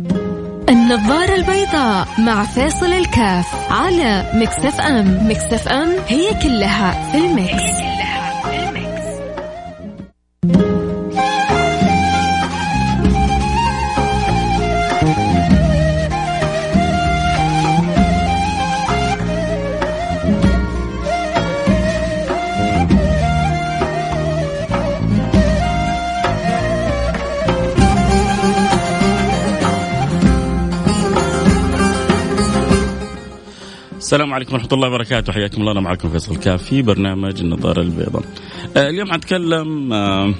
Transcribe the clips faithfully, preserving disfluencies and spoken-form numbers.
النظارة البيضاء مع فاصل الكاف على ميكس اف ام. ميكس اف ام هي كلها في الميكس. السلام عليكم ورحمة الله وبركاته. حياكم الله. أنا معكم فيصل كاف في برنامج النظارة البيضاء. آه اليوم حنتكلم آه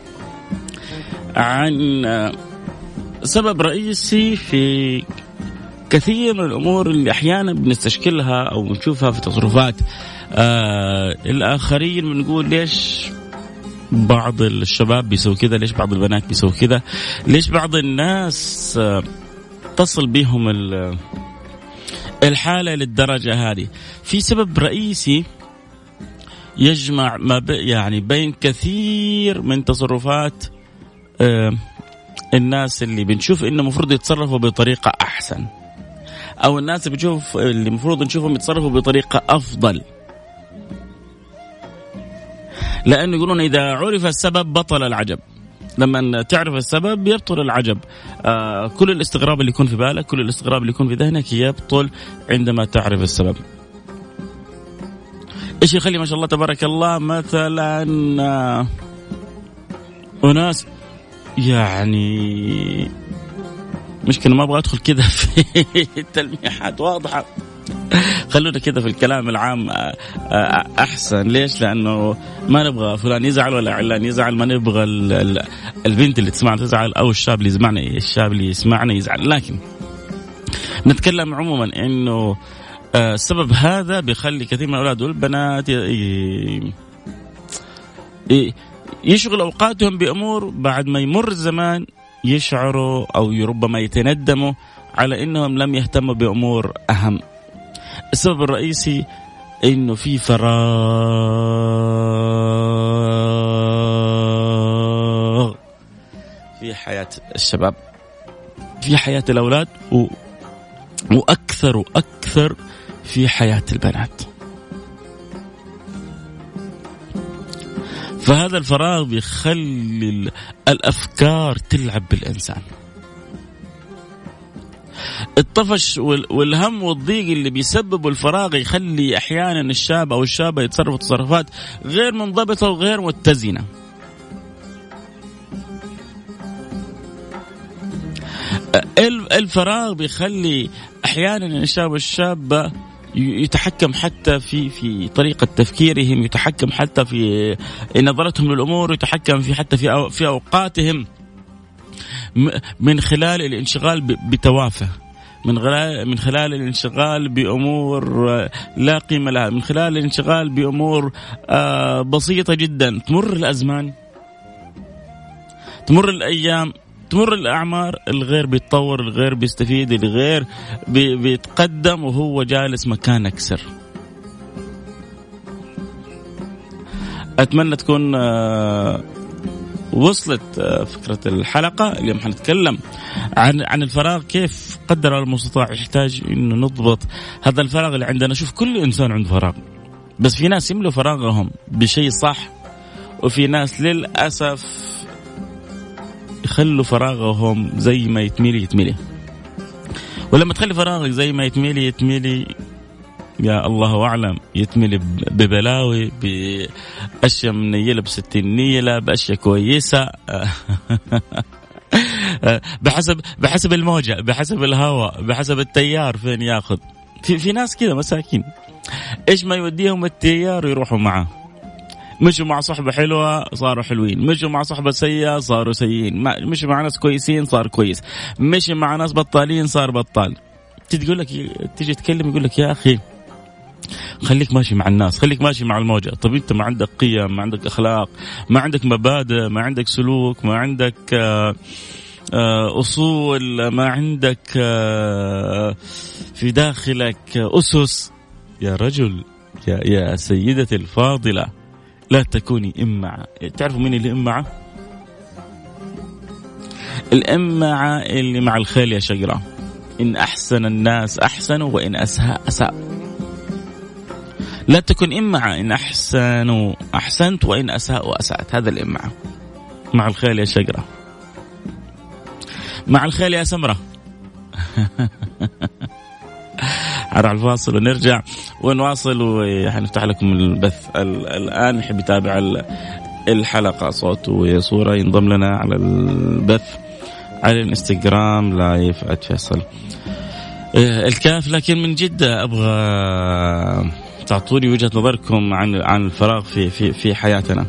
عن آه سبب رئيسي في كثير من الأمور اللي أحيانا بنستشكلها أو نشوفها في تصرفات آه الآخرين. بنقول ليش بعض الشباب بيسوي كذا، ليش بعض البنات بيسوي كذا، ليش بعض الناس آه تصل بهم ال الحالة للدرجة هذه. في سبب رئيسي يجمع ما ب... يعني بين كثير من تصرفات آه الناس اللي بنشوف إنه مفروض يتصرفوا بطريقة أحسن، أو الناس اللي بنشوف اللي مفروض نشوفهم يتصرفوا بطريقة أفضل، لأنه يقولون إذا عرف السبب بطل العجب. لما تعرف السبب يبطل العجب. آه كل الاستغراب اللي يكون في بالك، كل الاستغراب اللي يكون في ذهنك يبطل عندما تعرف السبب. إيش يخلي ما شاء الله تبارك الله مثلا آه وناس يعني مشكلة، ما أبغى أدخل كذا في التلميحات واضحة، خلونا كذا في الكلام العام أحسن. ليش؟ لأنه ما نبغى فلان يزعل ولا علان يزعل، ما نبغى البنت اللي تسمعنا تزعل أو الشاب اللي يسمعنا الشاب اللي يسمعنا يزعل. لكن نتكلم عموما إنه السبب هذا بيخلي كثير من الأولاد والبنات يشغل أوقاتهم بأمور بعد ما يمر الزمان يشعروا أو ربما يتندموا على إنهم لم يهتموا بأمور أهم. السبب الرئيسي إنه في فراغ في حياة الشباب، في حياة الأولاد، و... وأكثر وأكثر في حياة البنات. فهذا الفراغ بيخلي الأفكار تلعب بالإنسان. الطفش والهم والضيق اللي بيسببوا الفراغ يخلي أحيانا الشاب أو الشابة يتصرفوا تصرفات غير منضبطة وغير متزنة. الفراغ بيخلي أحيانا الشاب والشابة يتحكم حتى في في طريقة تفكيرهم، يتحكم حتى في نظرتهم للأمور، يتحكم في حتى في في أوقاتهم من خلال الانشغال بتوافه، من خلال من خلال الانشغال بأمور لا قيمة لها، من خلال الانشغال بأمور بسيطة جدا. تمر الأزمان، تمر الأيام، تمر الأعمار، الغير بيتطور، الغير بيستفيد، الغير بيتقدم وهو جالس مكانك سر. أتمنى تكون وصلت فكرة الحلقة. اليوم حنتكلم عن عن الفراغ، كيف قدر المستطاع يحتاج إنه نضبط هذا الفراغ اللي عندنا. شوف، كل إنسان عنده فراغ، بس في ناس يملوا فراغهم بشيء صح، وفي ناس للأسف يخلوا فراغهم زي ما يتميلي يتميلي. ولما تخلي فراغك زي ما يتميلي يتميلي، يا الله أعلم، يتملي ببلاوي، بأشياء منيلة بستين نيلة، بأشياء كويسة بحسب بحسب الموجة، بحسب الهواء، بحسب التيار فين ياخذ. في في ناس كذا مساكين، إيش ما يوديهم التيار يروحوا معه. مشوا مع صحبة حلوة صاروا حلوين، مشوا مع صحبة سيئة صاروا سيئين، مشوا مع ناس كويسين صار كويس، مشوا مع ناس بطالين صار بطال. تيجي تقول لك، تيجي تكلم يقول لك يا أخي خليك ماشي مع الناس، خليك ماشي مع الموجة. طب أنت ما عندك قيم، ما عندك أخلاق، ما عندك مبادئ، ما عندك سلوك، ما عندك أصول، ما عندك في داخلك أسس. يا رجل، يا يا سيدتي الفاضلة، لا تكوني إمعة. تعرفوا مين اللي إمعة؟ الإمعة اللي مع الخيل يا شقرة. إن أحسن الناس أحسنوا وإن أساء أساء. لا تكن إمعة، إن أحسنوا أحسنت وإن أساءوا أسأت. هذا الإمعة مع الخيل يا شقرة. مع الخيل يا سمرة. على الفاصل ونرجع ونواصل وحنفتح لكم البث الآن. يحب يتابع الحلقة صوت وصورة ينضم لنا على البث على الانستغرام لايف @فيصل الكاف. لكن من جدة أبغى تعطوني وجهة نظركم عن عن الفراغ في في في حياتنا.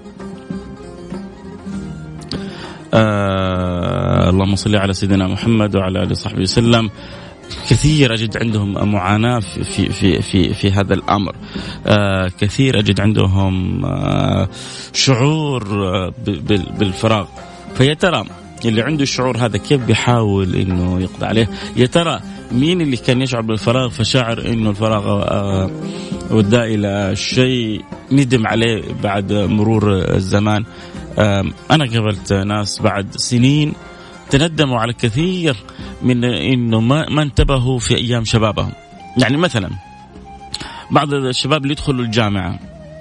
آه اللهم صل على سيدنا محمد وعلى آله وصحبه وسلم. كثير أجد عندهم معاناة في في في في, في هذا الأمر. آه كثير أجد عندهم آه شعور آه بالفراغ. فيا ترى اللي عنده الشعور هذا كيف بيحاول إنه يقضي عليه؟ يا ترى مين اللي كان يشعر بالفراغ فشعر إنه الفراغ آه وداه إلى شيء ندم عليه بعد مرور الزمان؟ آه أنا قابلت ناس بعد سنين تندموا على كثير من إنه ما ما انتبهوا في أيام شبابهم. يعني مثلا بعض الشباب اللي يدخلوا الجامعة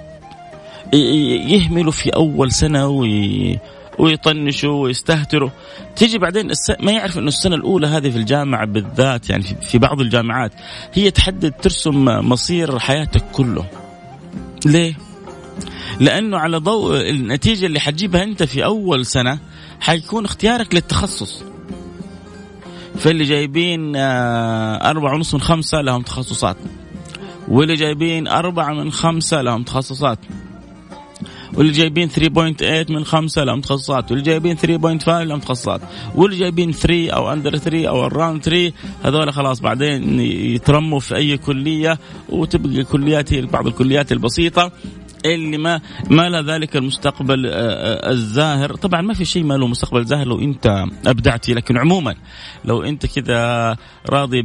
يهملوا في أول سنة وي ويطنشوا ويستهتروا. تيجي بعدين الس... ما يعرف إنه السنة الأولى هذه في الجامعة بالذات، يعني في بعض الجامعات هي تحدد ترسم مصير حياتك كله. ليه؟ لأنه على ضوء النتيجة اللي حتجيبها أنت في أول سنة حيكون اختيارك للتخصص. فاللي جايبين أربعة ونص من خمسة لهم تخصصات، واللي جايبين أربعة من خمسة لهم تخصصات، واللي جايبين ثلاثة فاصلة ثمانية من خمسة لهم تخصصات، واللي جايبين ثلاثة فاصلة خمسة لهم تخصصات، واللي جايبين ثلاثة أو أندر ثلاثة أو الراوند ثلاثة هذول خلاص بعدين يترموا في أي كلية، وتبقى كليات بعض الكليات البسيطة اللي ما ما له ذلك المستقبل الزاهر. طبعا ما في شيء ما له مستقبل زاهر لو أنت أبدعتي، لكن عموما لو أنت كذا راضي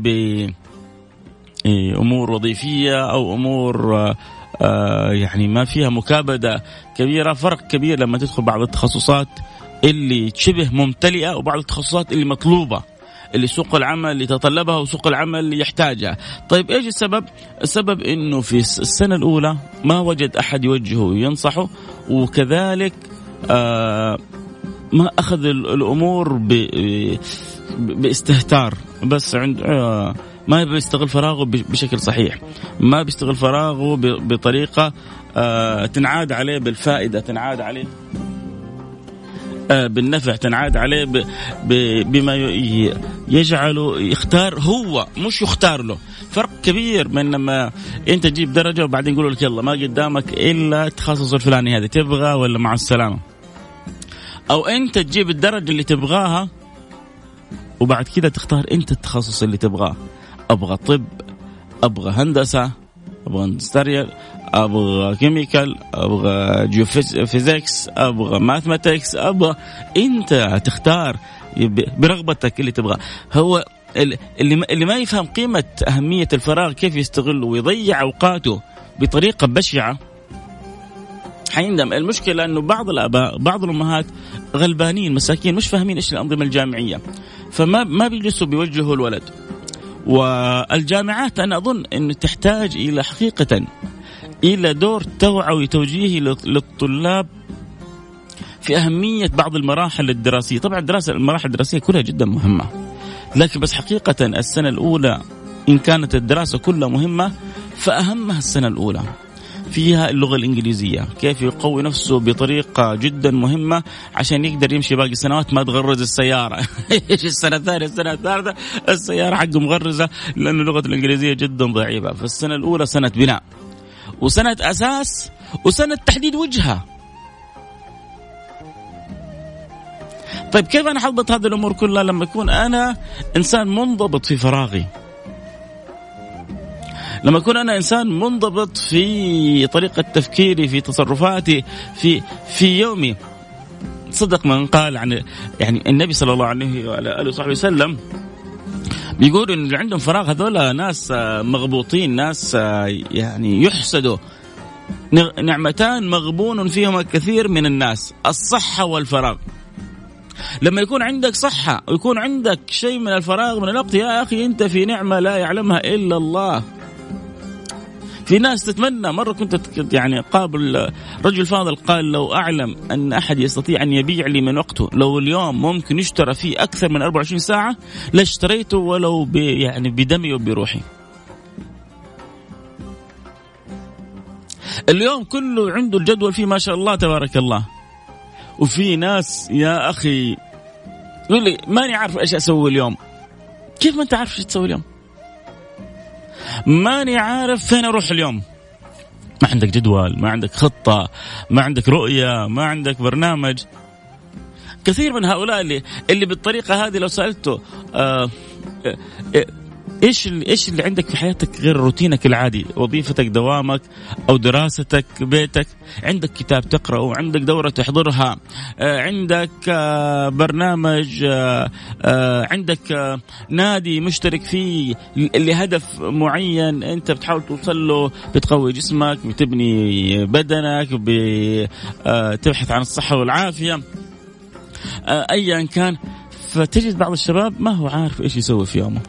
بأمور وظيفية أو أمور آه يعني ما فيها مكابدة كبيرة. فرق كبير لما تدخل بعض التخصصات اللي شبه ممتلئة وبعض التخصصات اللي مطلوبة، اللي سوق العمل اللي تطلبها وسوق العمل اللي يحتاجها. طيب إيش السبب؟ السبب إنه في السنة الأولى ما وجد أحد يوجهه وينصحه، وكذلك آه ما أخذ الأمور باستهتار، بس عند آه ما بيستغل فراغه بشكل صحيح، ما بيستغل فراغه بطريقة آه تنعاد عليه بالفائدة، تنعاد عليه آه بالنفع، تنعاد عليه ب ب بما يجعله يختار هو مش يختار له. فرق كبير من لما انت تجيب درجة وبعدين يقولوا لك يلا ما قدامك إلا التخصص الفلاني هذا، تبغى ولا مع السلامة؟ أو انت تجيب الدرجة اللي تبغاها وبعد كده تختار انت التخصص اللي تبغاه. أبغى طب، أبغى هندسة، أبغى اندستريال، أبغى كيميكال، أبغى جيوفيزيكس، أبغى ماثماتكس، أبغى أنت تختار برغبتك اللي تبغاه. هو اللي اللي ما يفهم قيمة أهمية الفراغ كيف يستغله ويضيع أوقاته بطريقة بشعة حيندم. المشكلة أنه بعض الآباء بعض الأمهات غلبانين مساكين مش فاهمين إيش الأنظمة الجامعية، فما ما بيجلسوا بيوجهوا الولد. والجامعات أنا أظن أن تحتاج إلى حقيقة إلى دور توعوي توجيهي للطلاب في أهمية بعض المراحل الدراسية. طبعا الدراسة المراحل الدراسية كلها جدا مهمة، لكن بس حقيقة السنة الأولى إن كانت الدراسة كلها مهمة فأهمها السنة الأولى. فيها اللغة الإنجليزية، كيف يقوي نفسه بطريقة جدا مهمة عشان يقدر يمشي باقي السنوات ما تغرز السيارة. إيش السنة الثانية السنة الثالثة السيارة حقه مغرزة لأن اللغة الإنجليزية جدا ضعيفة. فالسنة الأولى سنة بناء وسنة أساس وسنة تحديد وجهة. طيب كيف أنا حضبط هذه الأمور كلها لما أكون أنا إنسان منضبط في فراغي، لما أكون أنا إنسان منضبط في طريقة تفكيري في تصرفاتي في في يومي؟ صدق من قال عن يعني النبي صلى الله عليه وعلى آله وصحبه وسلم بيقول إن اللي عندهم فراغ هذول ناس مغبوطين، ناس يعني يحسدوا. نعمتان مغبون فيهما كثير من الناس، الصحة والفراغ. لما يكون عندك صحة ويكون عندك شيء من الفراغ من الوقت، يا أخي أنت في نعمة لا يعلمها إلا الله. في ناس تتمنى، مرة كنت يعني قابل رجل فاضل قال لو أعلم أن أحد يستطيع أن يبيع لي من وقته لو اليوم ممكن يشترى فيه أكثر من أربعة وعشرين ساعة لاشتريته ولو يعني بدمي وبروحي. اليوم كله عنده الجدول فيه ما شاء الله تبارك الله. وفي ناس يا أخي يقول لي ماني عارف إيش أسوي اليوم. كيف ما أنت عارف إيش تسوي اليوم؟ ماني عارف فين أروح اليوم. ما عندك جدول، ما عندك خطة، ما عندك رؤية، ما عندك برنامج. كثير من هؤلاء اللي اللي بالطريقة هذه لو سألته آه آه إيش اللي إيش اللي عندك في حياتك غير روتينك العادي، وظيفتك، دوامك أو دراستك، بيتك، عندك كتاب تقرأه، عندك دورة تحضرها، عندك برنامج، عندك نادي مشترك فيه لهدف معين أنت بتحاول توصل له، بتقوي جسمك، بتبني بدنك، بتبحث عن الصحة والعافية، أيا كان. فتجد بعض الشباب ما هو عارف إيش يسوي في يومه.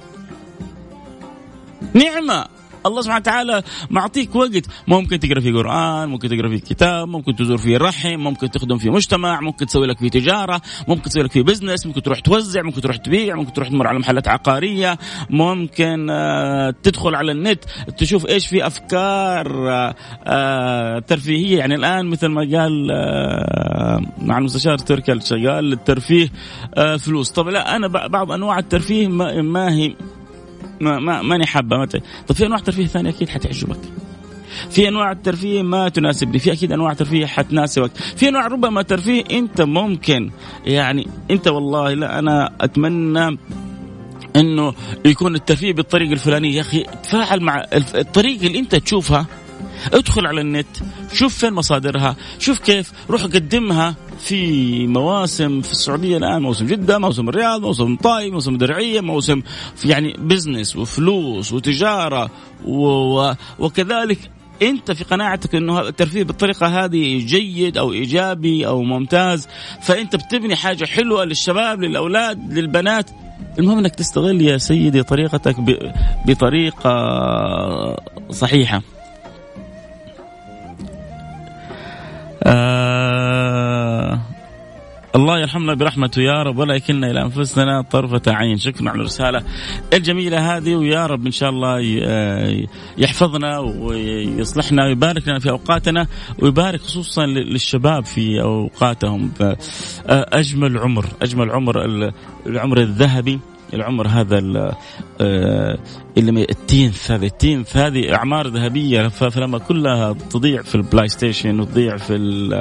نعمة الله سبحانه وتعالى معطيك وقت، ممكن تقرأ فيه قرآن، ممكن تقرأ فيه كتاب، ممكن تزور فيه رحم، ممكن تخدم فيه مجتمع، ممكن تسوي لك فيه تجارة، ممكن تسوي لك فيه بزنس، ممكن تروح توزع، ممكن تروح تبيع، ممكن تروح تمر على محلات عقارية، ممكن آه تدخل على النت تشوف إيش في أفكار آه ترفيهية. يعني الآن مثل ما قال آه مع المستشار تركي الشغال الترفيه آه فلوس. طب لا، أنا بعض أنواع الترفيه ما, ما هي ما ما ماني حابة متى. طب في أنواع ترفيه ثانية أكيد حتعجبك، في أنواع الترفيه ما تناسبني، في أكيد أنواع ترفيه حتناسبك، في أنواع ربما ترفيه أنت ممكن يعني أنت والله لا أنا أتمنى إنه يكون الترفيه بالطريقة الفلانية. يا أخي تفاعل مع الطريقة اللي أنت تشوفها، ادخل على النت، شوف فين مصادرها، شوف كيف، روح قدمها في مواسم في السعودية الآن، موسم جدة، موسم الرياض، موسم طائف، موسم درعية، موسم يعني بزنس وفلوس وتجارة و... وكذلك أنت في قناعتك أنه الترفيه بالطريقة هذه جيد أو إيجابي أو ممتاز، فأنت بتبني حاجة حلوة للشباب، للأولاد، للبنات. المهم أنك تستغل يا سيدي طريقتك ب... بطريقة صحيحة. آه الله يرحمنا برحمته يا رب، ولا يكلنا إلى أنفسنا طرفة عين. شكرا على الرسالة الجميلة هذه، ويا رب إن شاء الله يحفظنا ويصلحنا ويبارك لنا في أوقاتنا، ويبارك خصوصا للشباب في أوقاتهم. أجمل عمر، أجمل عمر العمر الذهبي، العمر هذا اللي التينث، هذه التينث هذه أعمار ذهبية، فلما كلها تضيع في البلاي ستيشن وتضيع في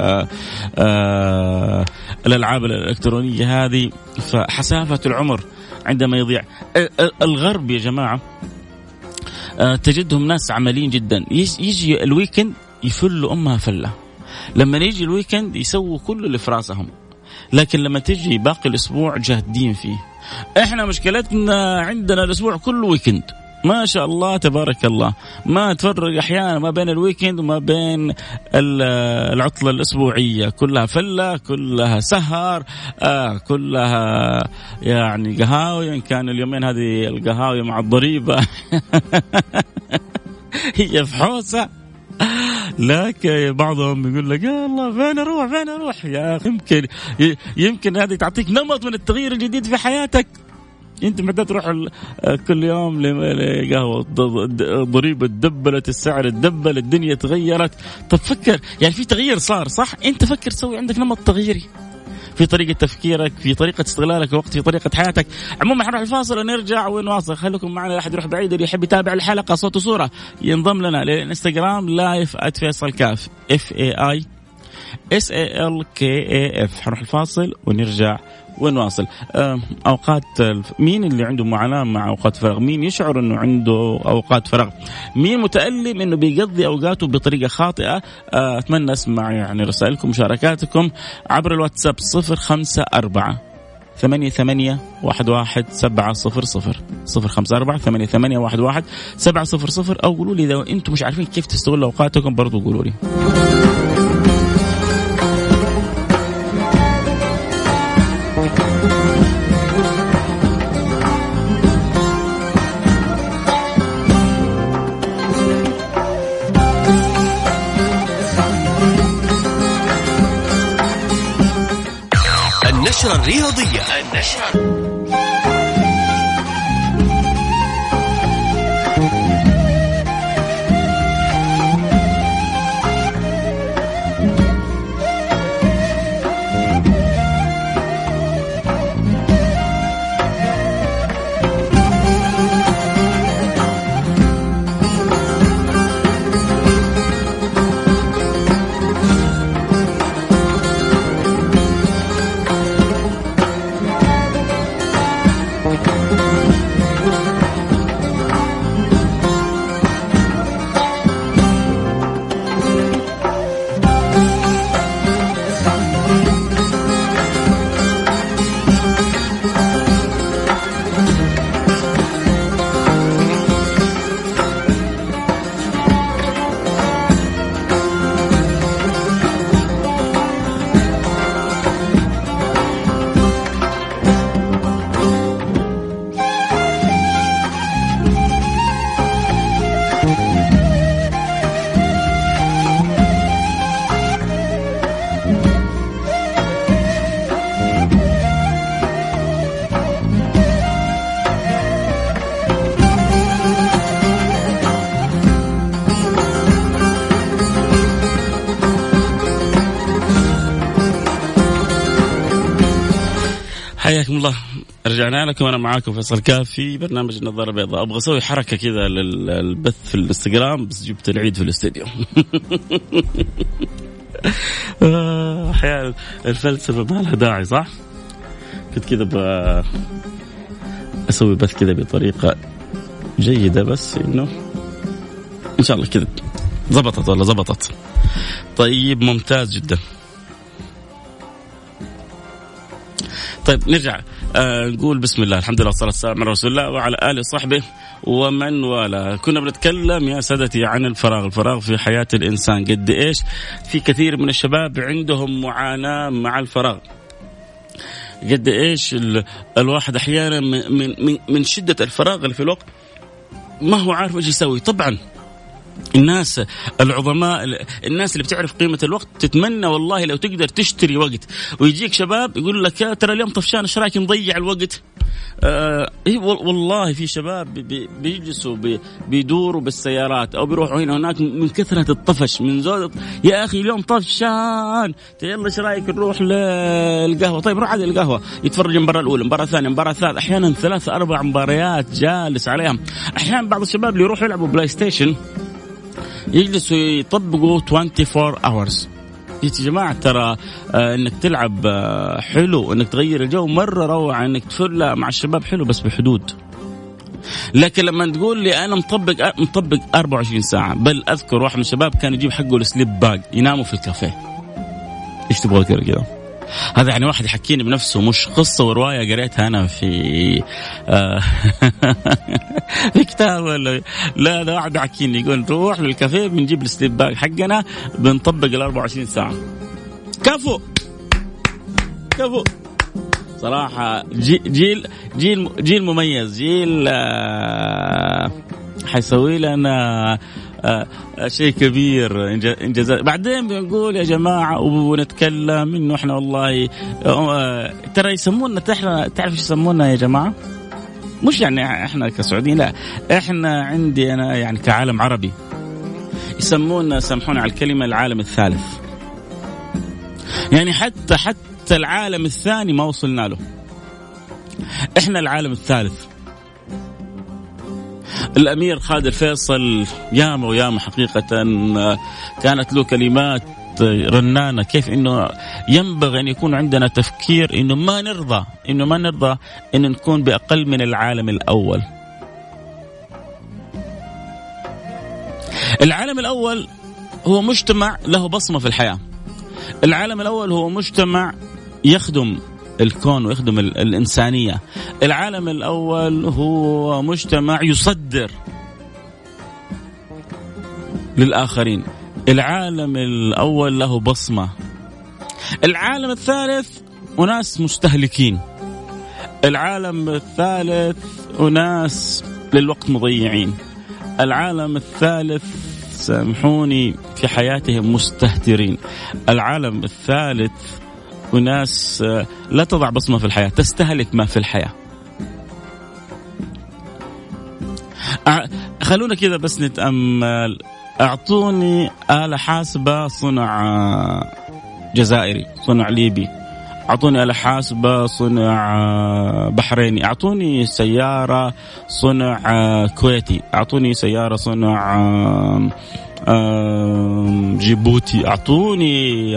الألعاب الإلكترونية هذه، فحسافة العمر عندما يضيع. الغرب يا جماعة تجدهم ناس عمليين جدا، يجي الويكند يفلوا أمها فلة، لما يجي الويكند يسووا كل اللي في راسهم، لكن لما تجي باقي الأسبوع جاهدين فيه. إحنا مشكلتنا عندنا الأسبوع كله ويكند، ما شاء الله تبارك الله، ما تفرق أحيانا ما بين الويكند وما بين العطلة الأسبوعية، كلها فلة، كلها سهر، آه كلها يعني قهاوي. إن كان اليومين هذه القهاوي مع الضريبة هي فحوسة، لكن بعضهم يقول لك يا الله فين اروح فين اروح يا اخي. يمكن يمكن هذه تعطيك نمط من التغيير الجديد في حياتك. انت محتاج تروح كل يوم لقهوه، ضريبه دبلت، السعر الدبل، الدنيا تغيرت. طب فكر يعني في تغيير صار صح، انت فكر تسوي عندك نمط تغييري في طريقة تفكيرك، في طريقة استغلالك الوقت، في طريقة حياتك. عموما حنروح الفاصل ونرجع ونواصل. خليكم معنا، لا أحد يروح بعيد، اللي يحب يتابع الحلقة صوت وصورة ينضم لنا للإنستغرام لايف ات فيصل كاف اف اي اي اس اي ال كي اي اف. حنروح الفاصل ونرجع ونواصل. أوقات مين اللي عنده معاناة مع أوقات فراغ؟ مين يشعر أنه عنده أوقات فراغ؟ مين متألم أنه بيقضي أوقاته بطريقة خاطئة؟ أتمنى أسمع يعني رسائلكم ومشاركاتكم عبر الواتساب صفر خمسة أربعة ثمانية ثمانية واحد واحد سبعة صفر صفر صفر خمسة أربعة ثمانية ثمانية واحد واحد سبعة صفر صفر، أو قولوا لي إذا أنتم مش عارفين كيف تستغلوا أوقاتكم برضو قولوا لي. النشرة الرياضية. النشرة حياكم الله. رجعنا لكم أنا معاكم فيصل كاف في برنامج النظارة البيضاء. أبغى أسوي حركة كذا للبث في الانستغرام بس جبت العيد في الاستديو. أحيانا الفلسفة ما لها داعي صح؟ كنت كذا أسوي بث كذا بطريقة جيدة بس إنه إن شاء الله كذا زبطت ولا زبطت. طيب ممتاز جدا. طيب نرجع آه نقول بسم الله الحمد لله والصلاة والسلام على رسول الله وعلى آله وصحبه ومن والاه. كنا بنتكلم يا سادتي عن الفراغ. الفراغ في حياة الإنسان قد إيش في كثير من الشباب عندهم معاناة مع الفراغ. قد إيش الواحد أحيانا من, من, من شدة الفراغ اللي في الوقت ما هو عارف إيش يسوي. طبعا الناس العظماء الناس اللي بتعرف قيمة الوقت تتمنى والله لو تقدر تشتري وقت. ويجيك شباب يقول لك يا ترى اليوم طفشان ايش رايك نضيع الوقت. آه والله في شباب بي بيجلسوا بي بيدوروا بالسيارات او بيروحوا هنا هناك من كثرة الطفش من زود. يا اخي اليوم طفشان يلا ايش رايك نروح للقهوة. طيب روح على القهوة يتفرج المباراة الاولى المباراة الثانية المباراة الثالثة احيانا ثلاث اربع مباريات جالس عليهم. احيانا بعض الشباب اللي يروحوا يلعبوا بلاي ستيشن يجلسوا يطبقوا أربعة وعشرين hours. يا جماعة ترى آه انك تلعب آه حلو انك تغير الجو مرة روعة انك تفل مع الشباب حلو بس بحدود. لكن لما تقول لي انا مطبق مطبق أربعة وعشرين ساعة بل اذكر واحد من الشباب كان يجيب حقه السليب باج يناموا في الكافيه. ايش تبغى كذا كذا؟ هذا يعني واحد يحكيني بنفسه مش قصة ورواية قريتها أنا في آه في كتاب ولا لا. ده واحد يحكيني يقول نروح للكافيه بنجيب السليب باج حقنا بنطبق الأربعة وعشرين ساعة. كفو كفو صراحة. جيل جيل جيل مميز جيل آه حيسوي لنا آه شيء كبير إنجازات. بعدين بنقول يا جماعة ونتكلم إنه إحنا والله آه ترى يسمونا تحنا تعرف إيش يسمونا يا جماعة؟ مش يعني إحنا كسعوديين لا إحنا عندي أنا يعني كعالم عربي يسمونا سامحونا على الكلمة العالم الثالث. يعني حتى حتى العالم الثاني ما وصلنا له. إحنا العالم الثالث. الأمير خالد الفيصل ياما وياما حقيقة كانت له كلمات رنانة كيف إنه ينبغي أن يكون عندنا تفكير إنه ما نرضى إنه ما نرضى إن نكون بأقل من العالم الأول. العالم الأول هو مجتمع له بصمة في الحياة. العالم الأول هو مجتمع يخدم الكون ويخدم الإنسانية. العالم الأول هو مجتمع يصدر للآخرين. العالم الأول له بصمة. العالم الثالث أناس مستهلكين. العالم الثالث أناس للوقت مضيعين. العالم الثالث سامحوني في حياتهم مستهترين. العالم الثالث وناس لا تضع بصمة في الحياة، تستهلك ما في الحياة. خلونا كذا بس نتأمل. أعطوني آلة حاسبة صنع جزائري، صنع ليبي، أعطوني آلة حاسبة صنع بحريني، أعطوني سيارة صنع كويتي، أعطوني سيارة صنع جيبوتي، أعطوني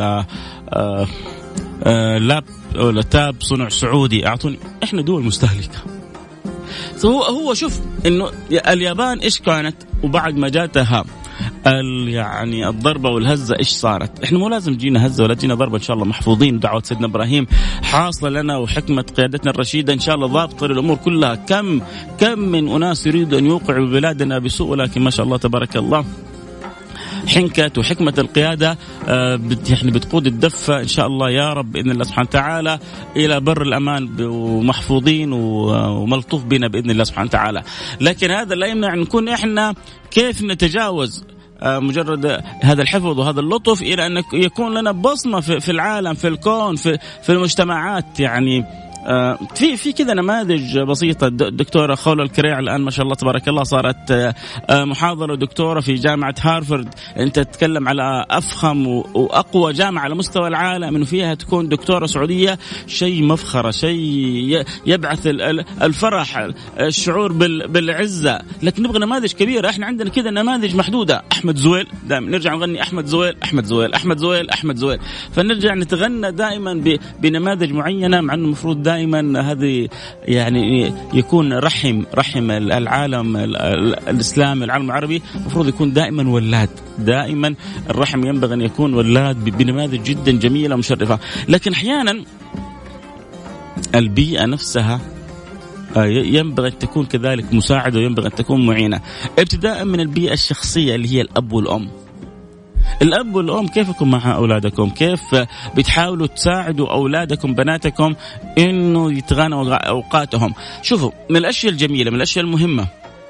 لاب ولا تاب صنع سعودي، أعطوني. إحنا دول مستهلكة. هو هو شوف إنه اليابان إيش كانت، وبعد ما جاتها يعني الضربة والهزة إيش صارت. إحنا مو لازم جينا هزة ولا جينا ضربة، إن شاء الله محفوظين، ودعوة سيدنا إبراهيم حاصلة لنا، وحكمة قيادتنا الرشيدة إن شاء الله ضابطة الأمور كلها. كم كم من أناس يريدوا أن يوقعوا بلادنا بسوء، ولكن ما شاء الله تبارك الله حنكت وحكمة القيادة يعني بتقود الدفة إن شاء الله يا رب بإذن الله سبحانه وتعالى إلى بر الأمان ومحفوظين وملطوف بنا بإذن الله سبحانه وتعالى. لكن هذا لا يمنع أن نكون إحنا كيف نتجاوز مجرد هذا الحفظ وهذا اللطف إلى أن يكون لنا بصمة في العالم، في الكون، في في المجتمعات. يعني في في كذا نماذج بسيطة. الدكتورة خولة الكريع الآن ما شاء الله تبارك الله صارت محاضرة دكتورة في جامعة هارفارد. أنت تتكلم على أفخم وأقوى جامعة على مستوى العالم، إنه فيها تكون دكتورة سعودية، شيء مفخرة، شيء يبعث الفرح، الشعور بالعزة. لكن نبغى نماذج كبيرة. إحنا عندنا كذا نماذج محدودة. أحمد زويل، دائما نرجع نغني أحمد زويل أحمد زويل أحمد زويل أحمد زويل، فنرجع نتغنى دائما بنماذج معينة، مع أنه المفروض دائما هذه يعني يكون رحم رحم العالم الإسلامي، العالم العربي المفروض يكون دائما ولاد. دائما الرحم ينبغي أن يكون ولاد بنماذج جدا جميلة ومشرفة. لكن أحيانا البيئة نفسها ينبغي أن تكون كذلك مساعدة، وينبغي أن تكون معينة، ابتداء من البيئة الشخصية اللي هي الأب والأم. الأب والأم كيفكم مع أولادكم؟ كيف بتحاولوا تساعدوا أولادكم بناتكم إنه يتغنوا أوقاتهم؟ شوفوا، من الأشياء الجميلة، من الأشياء المهمة،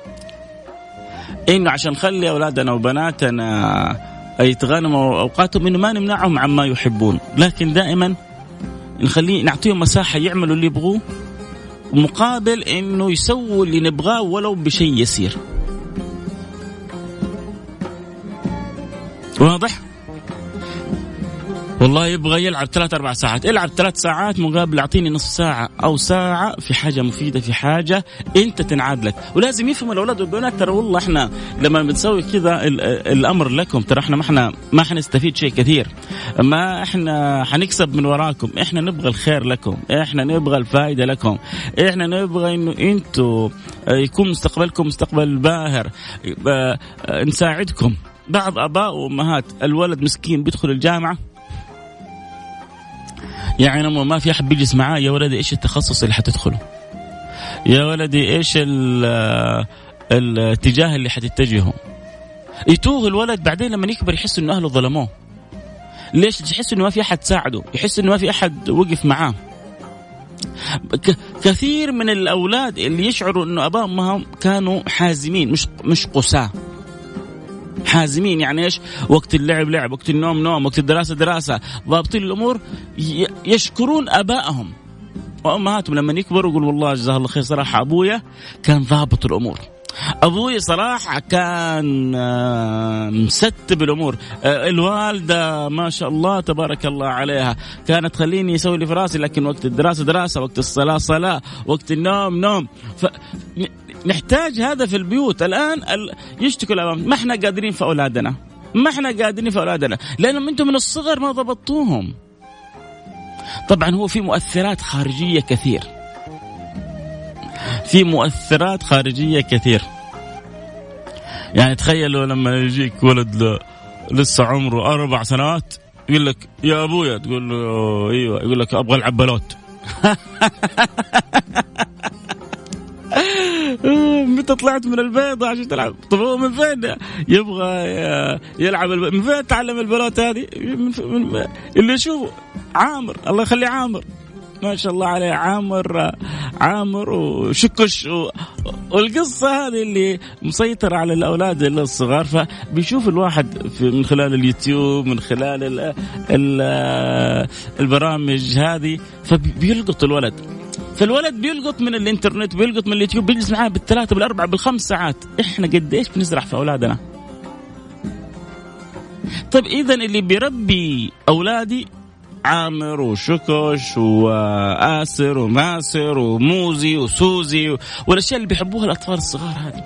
إنه عشان نخلي أولادنا وبناتنا يتغنوا أوقاتهم، إنه ما نمنعهم عما يحبون، لكن دائما نخليه نعطيهم مساحة يعملوا اللي يبغوه، مقابل إنه يسووا اللي نبغاه ولو بشيء يسير. واضح؟ والله يبغى يلعب ثلاث أربع ساعات، العب ثلاث ساعات مقابل أعطيني نصف ساعة أو ساعة في حاجة مفيدة، في حاجة أنت تنعاد لك. ولازم يفهم الأولاد والبنات، ترى والله إحنا لما بنسوي كذا الأمر لكم، ترى إحنا ما إحنا ما حنستفيد شيء كثير، ما إحنا حنكسب من وراكم، إحنا نبغى الخير لكم، إحنا نبغى الفائدة لكم، إحنا نبغى إنه أنتوا يكون مستقبلكم مستقبل باهر، نساعدكم. بعض آباء وأمهات الولد مسكين بيدخل الجامعة، يعني ما في أحد بيجلس معاه، يا ولدي إيش التخصص اللي حتدخله، يا ولدي إيش الاتجاه اللي حتتجهه. يتوه الولد بعدين لما يكبر يحس إنه أهله ظلموه. ليش؟ يحس إنه ما في أحد ساعده، يحس إنه ما في أحد وقف معاه. كثير من الأولاد اللي يشعروا إنه أباء وأمهم كانوا حازمين، مش مش قساة، حازمين. يعني إيش؟ وقت اللعب لعب، وقت النوم نوم، وقت الدراسة دراسة، ضابطين الأمور، يشكرون أبائهم وأمهاتهم لما يكبروا، يقول والله جزاه الله خير، صراحة أبويا كان ضابط الأمور، أبوي صراحة كان مستب الأمور، الوالدة ما شاء الله تبارك الله عليها كانت تخليني يسوي لي في راسي، لكن وقت الدراسة دراسة، وقت الصلاة صلاة، وقت النوم نوم. ف نحتاج هذا في البيوت. الآن يشتكوا الأمام، ما احنا قادرين في أولادنا، ما احنا قادرين في أولادنا لأنهم أنتم من الصغر ما ضبطوهم. طبعا هو في مؤثرات خارجية كثير، في مؤثرات خارجية كثير. يعني تخيلوا لما يجيك ولد لسه عمره أربع سنوات يقول لك يا أبويا، تقول له أيوة، يقول لك أبغى ألعب بلوت. متى طلعت من البيضة عشان تلعب؟ طب هو من فين يبغى يلعب؟ من فين تعلم البلوت هذه؟ من اللي يشوفه عامر، الله يخلي عامر، ما شاء الله عليه عامر عامر وشكش، والقصة هذه اللي مسيطرة على الأولاد الصغار. فبيشوف الواحد من خلال اليوتيوب، من خلال ال ال البرامج هذه، فبيلقط الولد. فالولد بيلقط من الانترنت، بيلقط من اليوتيوب، بيجلس معاه بالثلاثة بالأربعة بالخمس ساعات. إحنا قد إيش بنزرع في أولادنا؟ طيب إذا اللي بيربي أولادي عامر وشكش وآسر وماسر وموزي وسوزي والأشياء اللي بيحبوها الأطفال الصغار هذه،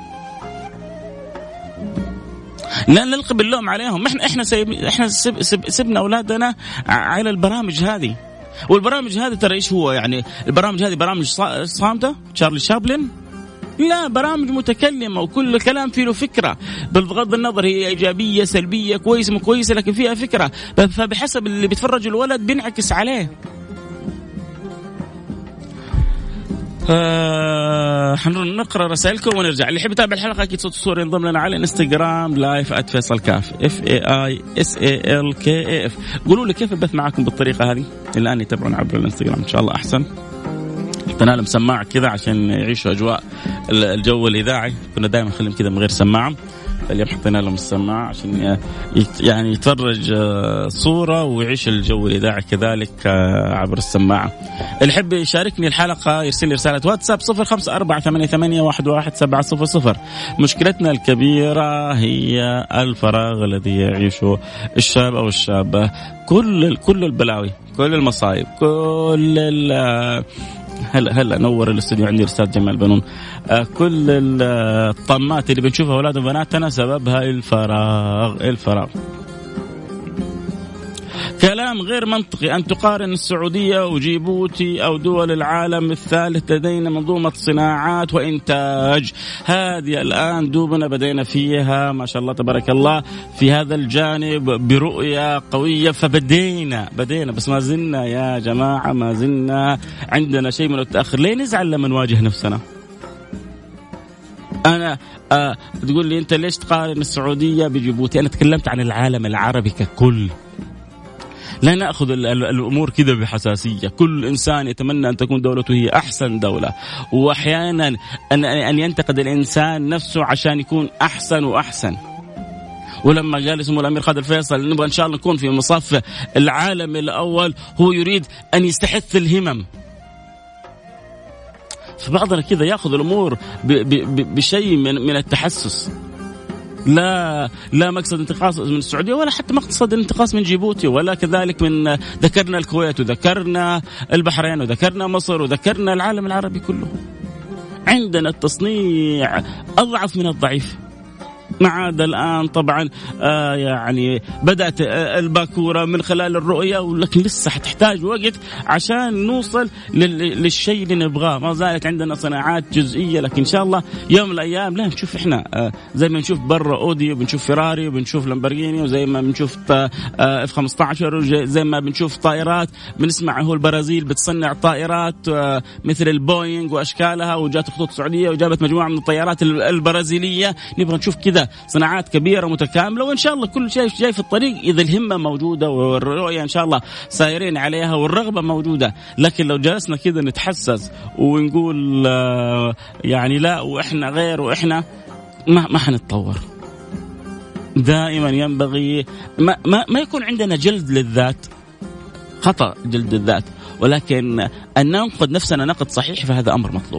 لا نلقي باللوم عليهم. احنا احنا سيب احنا سب سب سبنا أولادنا على البرامج هذه. والبرامج هذه ترى إيش هو يعني؟ البرامج هذه برامج صامتة تشارلي شابلن؟ لا، برامج متكلمة وكل كلام فيه له فكرة، بغض النظر هي إيجابية سلبية كويسة مو كويسة، لكن فيها فكرة، فبحسب اللي بيتفرج الولد بينعكس عليه. آه حنقرأ رسائلكم ونرجع. اللي يحب يتابع الحلقة أكيد صوت الصورة ينضم لنا على انستغرام لايف ات فيصل كاف اف اي اي اس اي ال كي اي اف. قولوا لي كيف البث معكم بالطريقة هذه. الآن يتابعون عبر الانستغرام إن شاء الله أحسن. تنالم سماعة كذا عشان يعيشوا أجواء الجو الإذاعي. كنا دائما نخليهم كذا من غير سماعة، اليوم حطينا لهم السماعة عشان يعني يتفرج صورة ويعيش الجو الإذاعي كذلك عبر السماعة. اللي يحب يشاركني الحلقة يرسل لي رسالة واتساب صفر خمسة أربعة ثمانية ثمانية واحد واحد سبعة صفر صفر. مشكلتنا الكبيرة هي الفراغ الذي يعيشه الشاب أو الشابة. كل كل البلاوي، كل المصايب، كل ال هلا هلا نور الاستوديو عندي رسالة جمال بنون. آه كل الطمات اللي بنشوفها أولاد وبناتنا سببها الفراغ. الفراغ كلام غير منطقي أن تقارن السعودية وجيبوتي أو دول العالم الثالث. لدينا منظومة صناعات وإنتاج، هذه الآن دوبنا بدينا فيها ما شاء الله تبارك الله في هذا الجانب برؤية قوية. فبدينا بدينا بس ما زلنا يا جماعة، ما زلنا عندنا شيء من التأخر. ليه نزعل لما نواجه نفسنا؟ أنا آه تقول لي أنت ليش تقارن السعودية بجيبوتي؟ أنا تكلمت عن العالم العربي ككل. لا نأخذ الأمور كذا بحساسية. كل إنسان يتمنى أن تكون دولته هي أحسن دولة، وأحيانا أن أن ينتقد الإنسان نفسه عشان يكون أحسن وأحسن. ولما قال اسمه الأمير خالد الفيصل نبغى إن شاء الله نكون في مصاف العالم الأول، هو يريد أن يستحث الهمم. فبعضنا كذا يأخذ الأمور بشيء من من التحسس. لا لا مقصد انتقاص من السعودية، ولا حتى مقصد انتقاص من جيبوتي، ولا كذلك من ذكرنا الكويت وذكرنا البحرين وذكرنا مصر وذكرنا العالم العربي كله. عندنا التصنيع أضعف من الضعيف. ما عاد الآن طبعا آه يعني بدأت آه الباكورة من خلال الرؤية، ولكن لسه حتحتاج وقت عشان نوصل للشيء اللي نبغاه. ما زالت عندنا صناعات جزئية، لكن إن شاء الله يوم من الأيام لا نشوف إحنا آه زي ما نشوف برا أودي وبنشوف فيراري وبنشوف لامبرجيني، وزي ما بنشوف آه اف خمسة عشر، وزي ما بنشوف طائرات. بنسمع هو البرازيل بتصنع طائرات آه مثل البوينغ وأشكالها، وجات خطوط سعودية وجابت مجموعة من الطائرات البرازيلية. نبغى نشوف كذا صناعات كبيرة متكاملة، وإن شاء الله كل شيء جاي في الطريق إذا الهمة موجودة والرؤية إن شاء الله سايرين عليها والرغبة موجودة. لكن لو جلسنا كذا نتحسس ونقول يعني لا وإحنا غير وإحنا ما ما حنتطور. دائما ينبغي ما ما ما يكون عندنا جلد للذات، خطأ جلد الذات، ولكن أن ننقد نفسنا نقد صحيح، فهذا أمر مطلوب.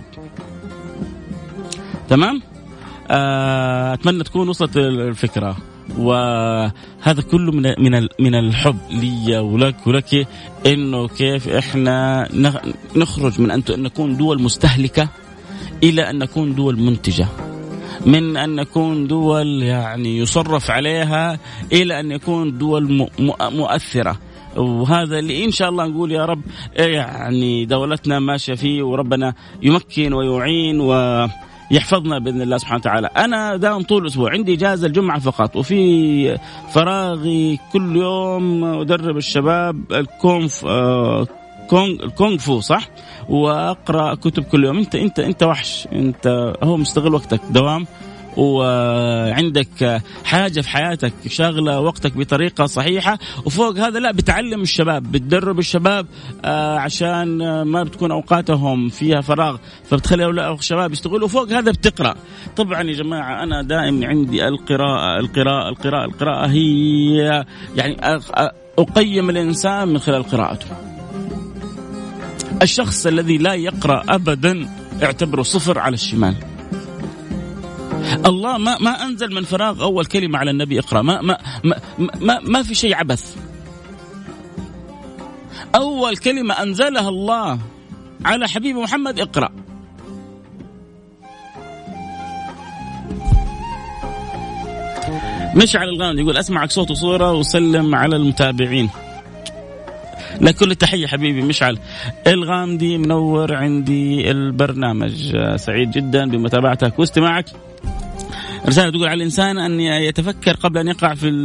تمام؟ أتمنى تكون وصلت الفكرة. وهذا كله من من من الحب لي ولك ولك، إنه كيف إحنا نخرج من أن نكون دول مستهلكة إلى أن نكون دول منتجة، من أن نكون دول يعني يصرف عليها إلى أن نكون دول مؤثرة. وهذا اللي إن شاء الله نقول يا رب يعني دولتنا ماشية فيه، وربنا يمكن ويعين و يحفظنا بإذن الله سبحانه وتعالى. أنا دائما طول الأسبوع عندي إجازة الجمعة فقط، وفي فراغي كل يوم أدرب الشباب الكونف آه كونغ الكونغ فو صح، وأقرأ كتب كل يوم. أنت أنت أنت وحش، أنت هو مستغل وقتك دوام وعندك حاجة في حياتك شاغلة وقتك بطريقة صحيحة، وفوق هذا لا بتعلم الشباب، بتدرب الشباب عشان ما بتكون أوقاتهم فيها فراغ فبتخلي الشباب يشتغلوا، وفوق هذا بتقرأ. طبعا يا جماعة أنا دائما عندي القراءة القراءة القراءة القراءة هي يعني أقيم الإنسان من خلال قراءته. الشخص الذي لا يقرأ أبدا اعتبره صفر على الشمال. الله ما ما أنزل من فراغ أول كلمة على النبي اقرأ، ما ما ما ما, ما في شيء عبث. أول كلمة أنزلها الله على حبيب محمد اقرأ. مشعل الغامدي يقول أسمعك صوت وصورة وسلم على المتابعين. لكل التحية حبيبي مشعل الغامدي، منور عندي البرنامج، سعيد جدا بمتابعتك واستماعك. رسالة تقول على الإنسان أن يتفكر قبل أن يقع في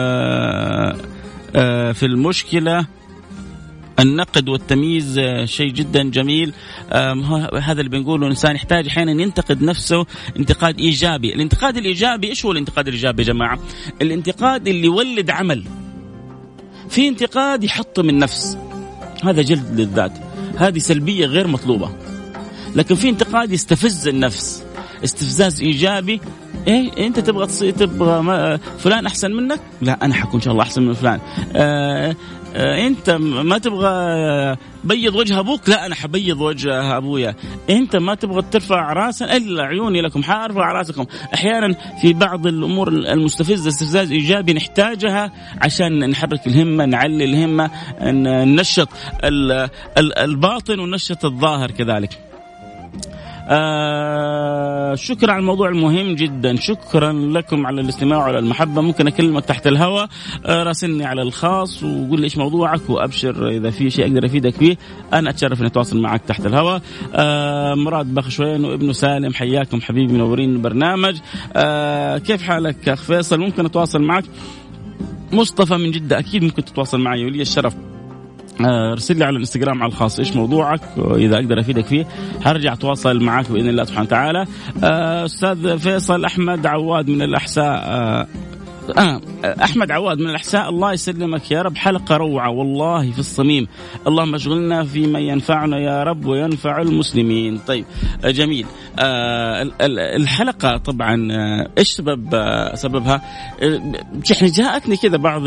في المشكلة. النقد والتمييز شيء جدا جميل، هذا اللي بنقوله. الإنسان يحتاج أحيانا ينتقد نفسه انتقاد إيجابي. الانتقاد الإيجابي إيش هو الانتقاد الإيجابي يا جماعة؟ الانتقاد اللي يولد عمل. في انتقاد يحطم النفس، هذا جلد للذات، هذه سلبية غير مطلوبة. لكن في انتقاد يستفز النفس، استفزاز إيجابي. إيه أنت تبغى تصير تبغى ما فلان أحسن منك؟ لا أنا حكون إن شاء الله أحسن من فلان. آه آه أنت ما تبغى بيض وجه أبوك؟ لا أنا حبيض وجه أبويا. أنت ما تبغى ترفع راسا؟ إلا عيوني لكم حارفع راسكم. أحيانا في بعض الأمور المستفزة استفزاز إيجابي نحتاجها عشان نحرك الهمة، نعلي الهمة، ننشط الباطن وننشط الظاهر كذلك. آه شكرا على الموضوع المهم جدا، شكرا لكم على الاستماع وعلى المحبة. ممكن أكلمك تحت الهواء، آه راسلني على الخاص وقول لي إيش موضوعك، وأبشر إذا في شيء أقدر أفيدك فيه أنا أتشرف أن أتواصل معك تحت الهواء. آه مراد بخشوين وابنه سالم، حياكم حبيبي، منورين البرنامج. آه كيف حالك أخ فيصل؟ ممكن أتواصل معك. مصطفى من جدة أكيد ممكن تتواصل معي ولي الشرف. ارسل لي على الانستغرام على الخاص ايش موضوعك واذا اقدر افيدك فيه هرجع اتواصل معك باذن الله سبحانه وتعالى. استاذ فيصل احمد عواد من الاحساء، آه أحمد عواد من الأحساء، الله يسلمك يا رب، حلقة روعة والله في الصميم، اللهم اشغلنا فيما ينفعنا يا رب وينفع المسلمين. طيب جميل. آه الحلقة طبعا إيش سبب آه سببها؟ يعني جاءتني كذا بعض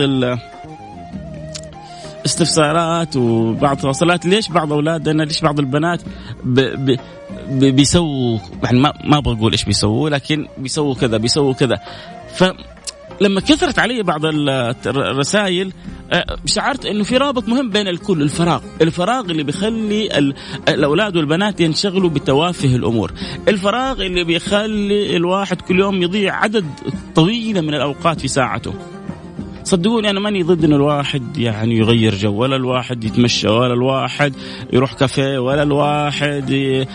استفسارات وبعض تواصلات، ليش بعض أولادنا، ليش بعض البنات ب ب ب بيسووا، يعني ما ما بقول إيش بيسووا، لكن بيسووا كذا بيسووا كذا. فلما كثرت علي بعض الرسائل شعرت إنه في رابط مهم بين الكل، الفراغ الفراغ اللي بيخلي الأولاد والبنات ينشغلوا بتوافه الأمور، الفراغ اللي بيخلي الواحد كل يوم يضيع عدد طويل من الأوقات في ساعته. صدقوني أنا ماني ضد إن الواحد يعني يغير جو، ولا الواحد يتمشى، ولا الواحد يروح كافيه، ولا الواحد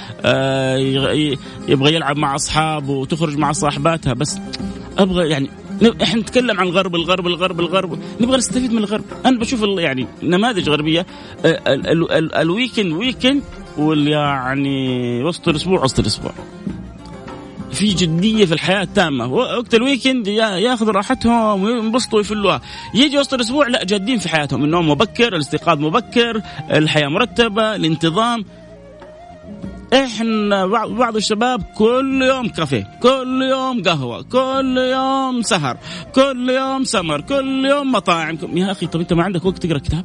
يبغى يلعب مع أصحابه وتخرج مع صاحباتها، بس أبغى يعني إحنا نتكلم عن الغرب الغرب الغرب الغرب نبغى نستفيد من الغرب. أنا بشوف يعني نماذج غربية، الويكند ويكند واللي يعني وسط الأسبوع وسط الأسبوع، في جدية في الحياة تامة. وقت الويكند ياخذ راحتهم وينبسطوا ويفلوها، يجي وسط الأسبوع لا جادين في حياتهم، النوم مبكر، الاستيقاظ مبكر، الحياة مرتبة، الانتظام. إحنا بعض الشباب كل يوم كافيه، كل يوم قهوة، كل يوم سهر، كل يوم سمر، كل يوم مطاعم. يا أخي طب أنت ما عندك وقت تقرأ كتاب؟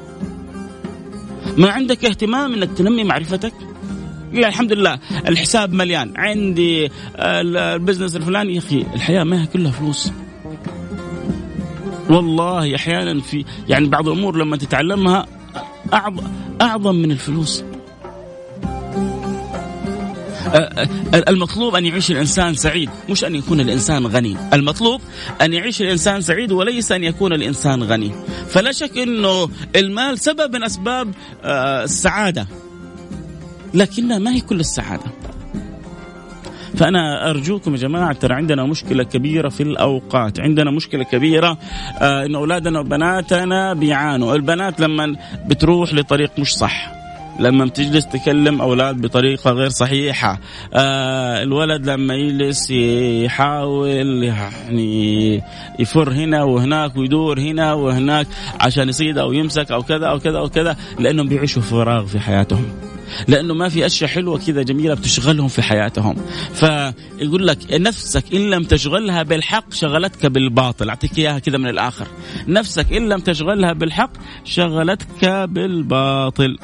ما عندك اهتمام إنك تنمي معرفتك؟ يعني الحمد لله الحساب مليان، عندي البزنس الفلاني. يا أخي الحياة ما هي كلها فلوس والله، أحيانا في يعني بعض الأمور لما تتعلمها أعظم من الفلوس. المطلوب أن يعيش الإنسان سعيد، مش أن يكون الإنسان غني. المطلوب أن يعيش الإنسان سعيد وليس أن يكون الإنسان غني. فلا شك أنه المال سبب من أسباب السعادة، لكنها ما هي كل السعادة. فأنا أرجوكم يا جماعة، ترى عندنا مشكلة كبيرة في الأوقات، عندنا مشكلة كبيرة آه إن أولادنا وبناتنا بيعانوا. البنات لما بتروح لطريق مش صح لما بتجلس تكلم أولاد بطريقة غير صحيحة، آه الولد لما يجلس يحاول يعني يفر هنا وهناك ويدور هنا وهناك عشان يصيد أو يمسك أو كذا أو كذا أو كذا، لأنهم بيعيشوا فراغ في حياتهم، لأنه ما في أشياء حلوة كذا جميلة بتشغلهم في حياتهم. فيقول لك نفسك إن لم تشغلها بالحق شغلتك بالباطل. أعطيك إياها كذا من الآخر، نفسك إن لم تشغلها بالحق شغلتك بالباطل.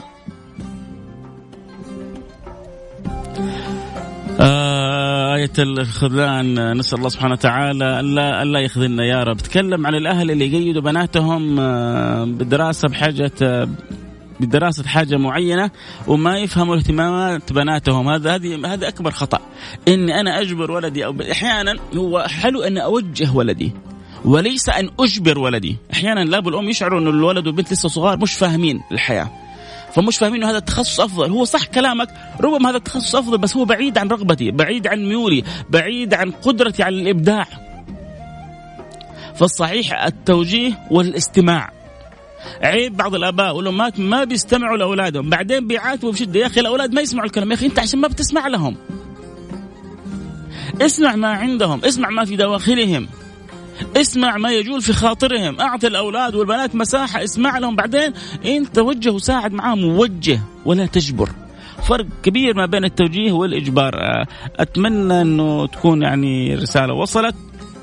آية الخذلان، نسأل الله سبحانه وتعالى ألا ألا يخذلنا يا رب. تكلم عن الأهل اللي يقيدوا بناتهم بالدراسة بحاجة بدراسة حاجة معينة وما يفهموا اهتمامات بناتهم. هذا هذه هذا أكبر خطأ، إني أنا أجبر ولدي. أو أحيانا هو حلو أن أوجه ولدي وليس أن أجبر ولدي. أحيانا الأب والأم يشعروا أن الولد والبنت لسه صغار مش فاهمين الحياة، فمش فاهمين هذا التخصص أفضل. هو صح كلامك، ربما هذا التخصص أفضل بس هو بعيد عن رغبتي، بعيد عن ميولي، بعيد عن قدرتي على الإبداع. فالصحيح التوجيه والاستماع. عيب بعض الآباء والأمهات ما بيستمعوا لأولادهم، بعدين بيعاتبوا بشدة. يا أخي الأولاد ما يسمعوا الكلام، يا أخي أنت عشان ما بتسمع لهم. اسمع ما عندهم، اسمع ما في دواخلهم، اسمع ما يجول في خاطرهم. أعطي الأولاد والبنات مساحة، اسمع لهم، بعدين أنت وجه وساعد معهم، ووجه ولا تجبر. فرق كبير ما بين التوجيه والإجبار. أتمنى أنه تكون يعني رسالة وصلت.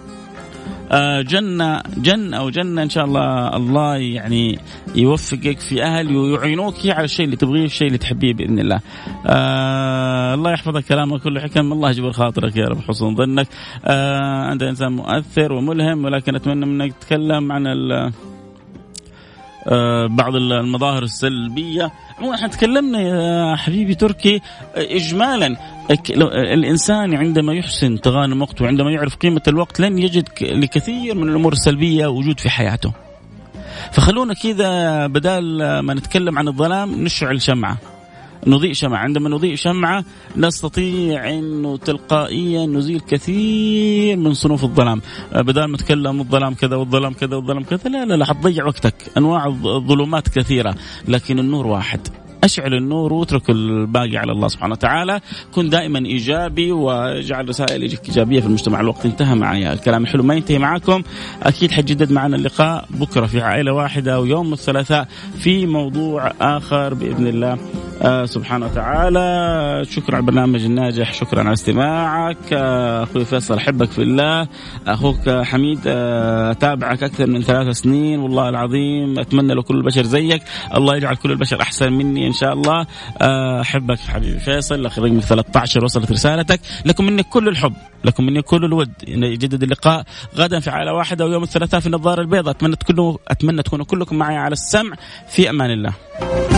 جنة جنة أو جنة إن شاء الله. الله يعني يوفقك في أهل ويعينوك على الشيء اللي تبغيه، الشيء اللي تحبيه بإذن الله. آه الله يحفظك كلامك كله حكم. الله يجبر خاطرك يا رب، حسن ظنك. آه أنت إنسان مؤثر وملهم، ولكن أتمنى منك تتكلم عن آه بعض المظاهر السلبية. مو احنا تكلمنا يا حبيبي تركي إجمالا. الإنسان عندما يحسن تغانم وقته وعندما يعرف قيمة الوقت لن يجد لكثير من الأمور السلبية وجود في حياته. فخلونا كذا بدال ما نتكلم عن الظلام نشعل شمعة، نضيء شمعة. عندما نضيء شمعة نستطيع أنه تلقائيا نزيل كثير من صنوف الظلام. بدال ما تكلم الظلام كذا والظلام كذا والظلام كذا، لا لا لا، حتضيع وقتك. أنواع الظلمات كثيرة لكن النور واحد. أشعل النور واترك الباقي على الله سبحانه وتعالى. كن دائما إيجابي واجعل رسائل إيجابية في المجتمع. الوقت انتهى معي، الكلام الحلو ما ينتهي معكم. أكيد حجدد معنا اللقاء بكرة في عائلة واحدة، ويوم الثلاثاء في موضوع آخر بإذن الله آه سبحانه وتعالى. شكرا على البرنامج الناجح، شكرا على استماعك. آه أخوي فيصل أحبك في الله. أخوك حميد آه تابعك أكثر من ثلاث سنين والله العظيم. أتمنى لو كل البشر زيك، الله يجعل كل البشر أحسن مني إن شاء الله. أحبك حبيبي فيصل. أخي رقم ثلاثة عشر وصلت رسالتك. لكم مني كل الحب، لكم مني كل الود. يجدد اللقاء غدا في عائلة واحدة، ويوم الثلاثاء في النظارة البيضاء. أتمنى تكونوا أتمنى تكونوا كلكم معي على السمع. في أمان الله.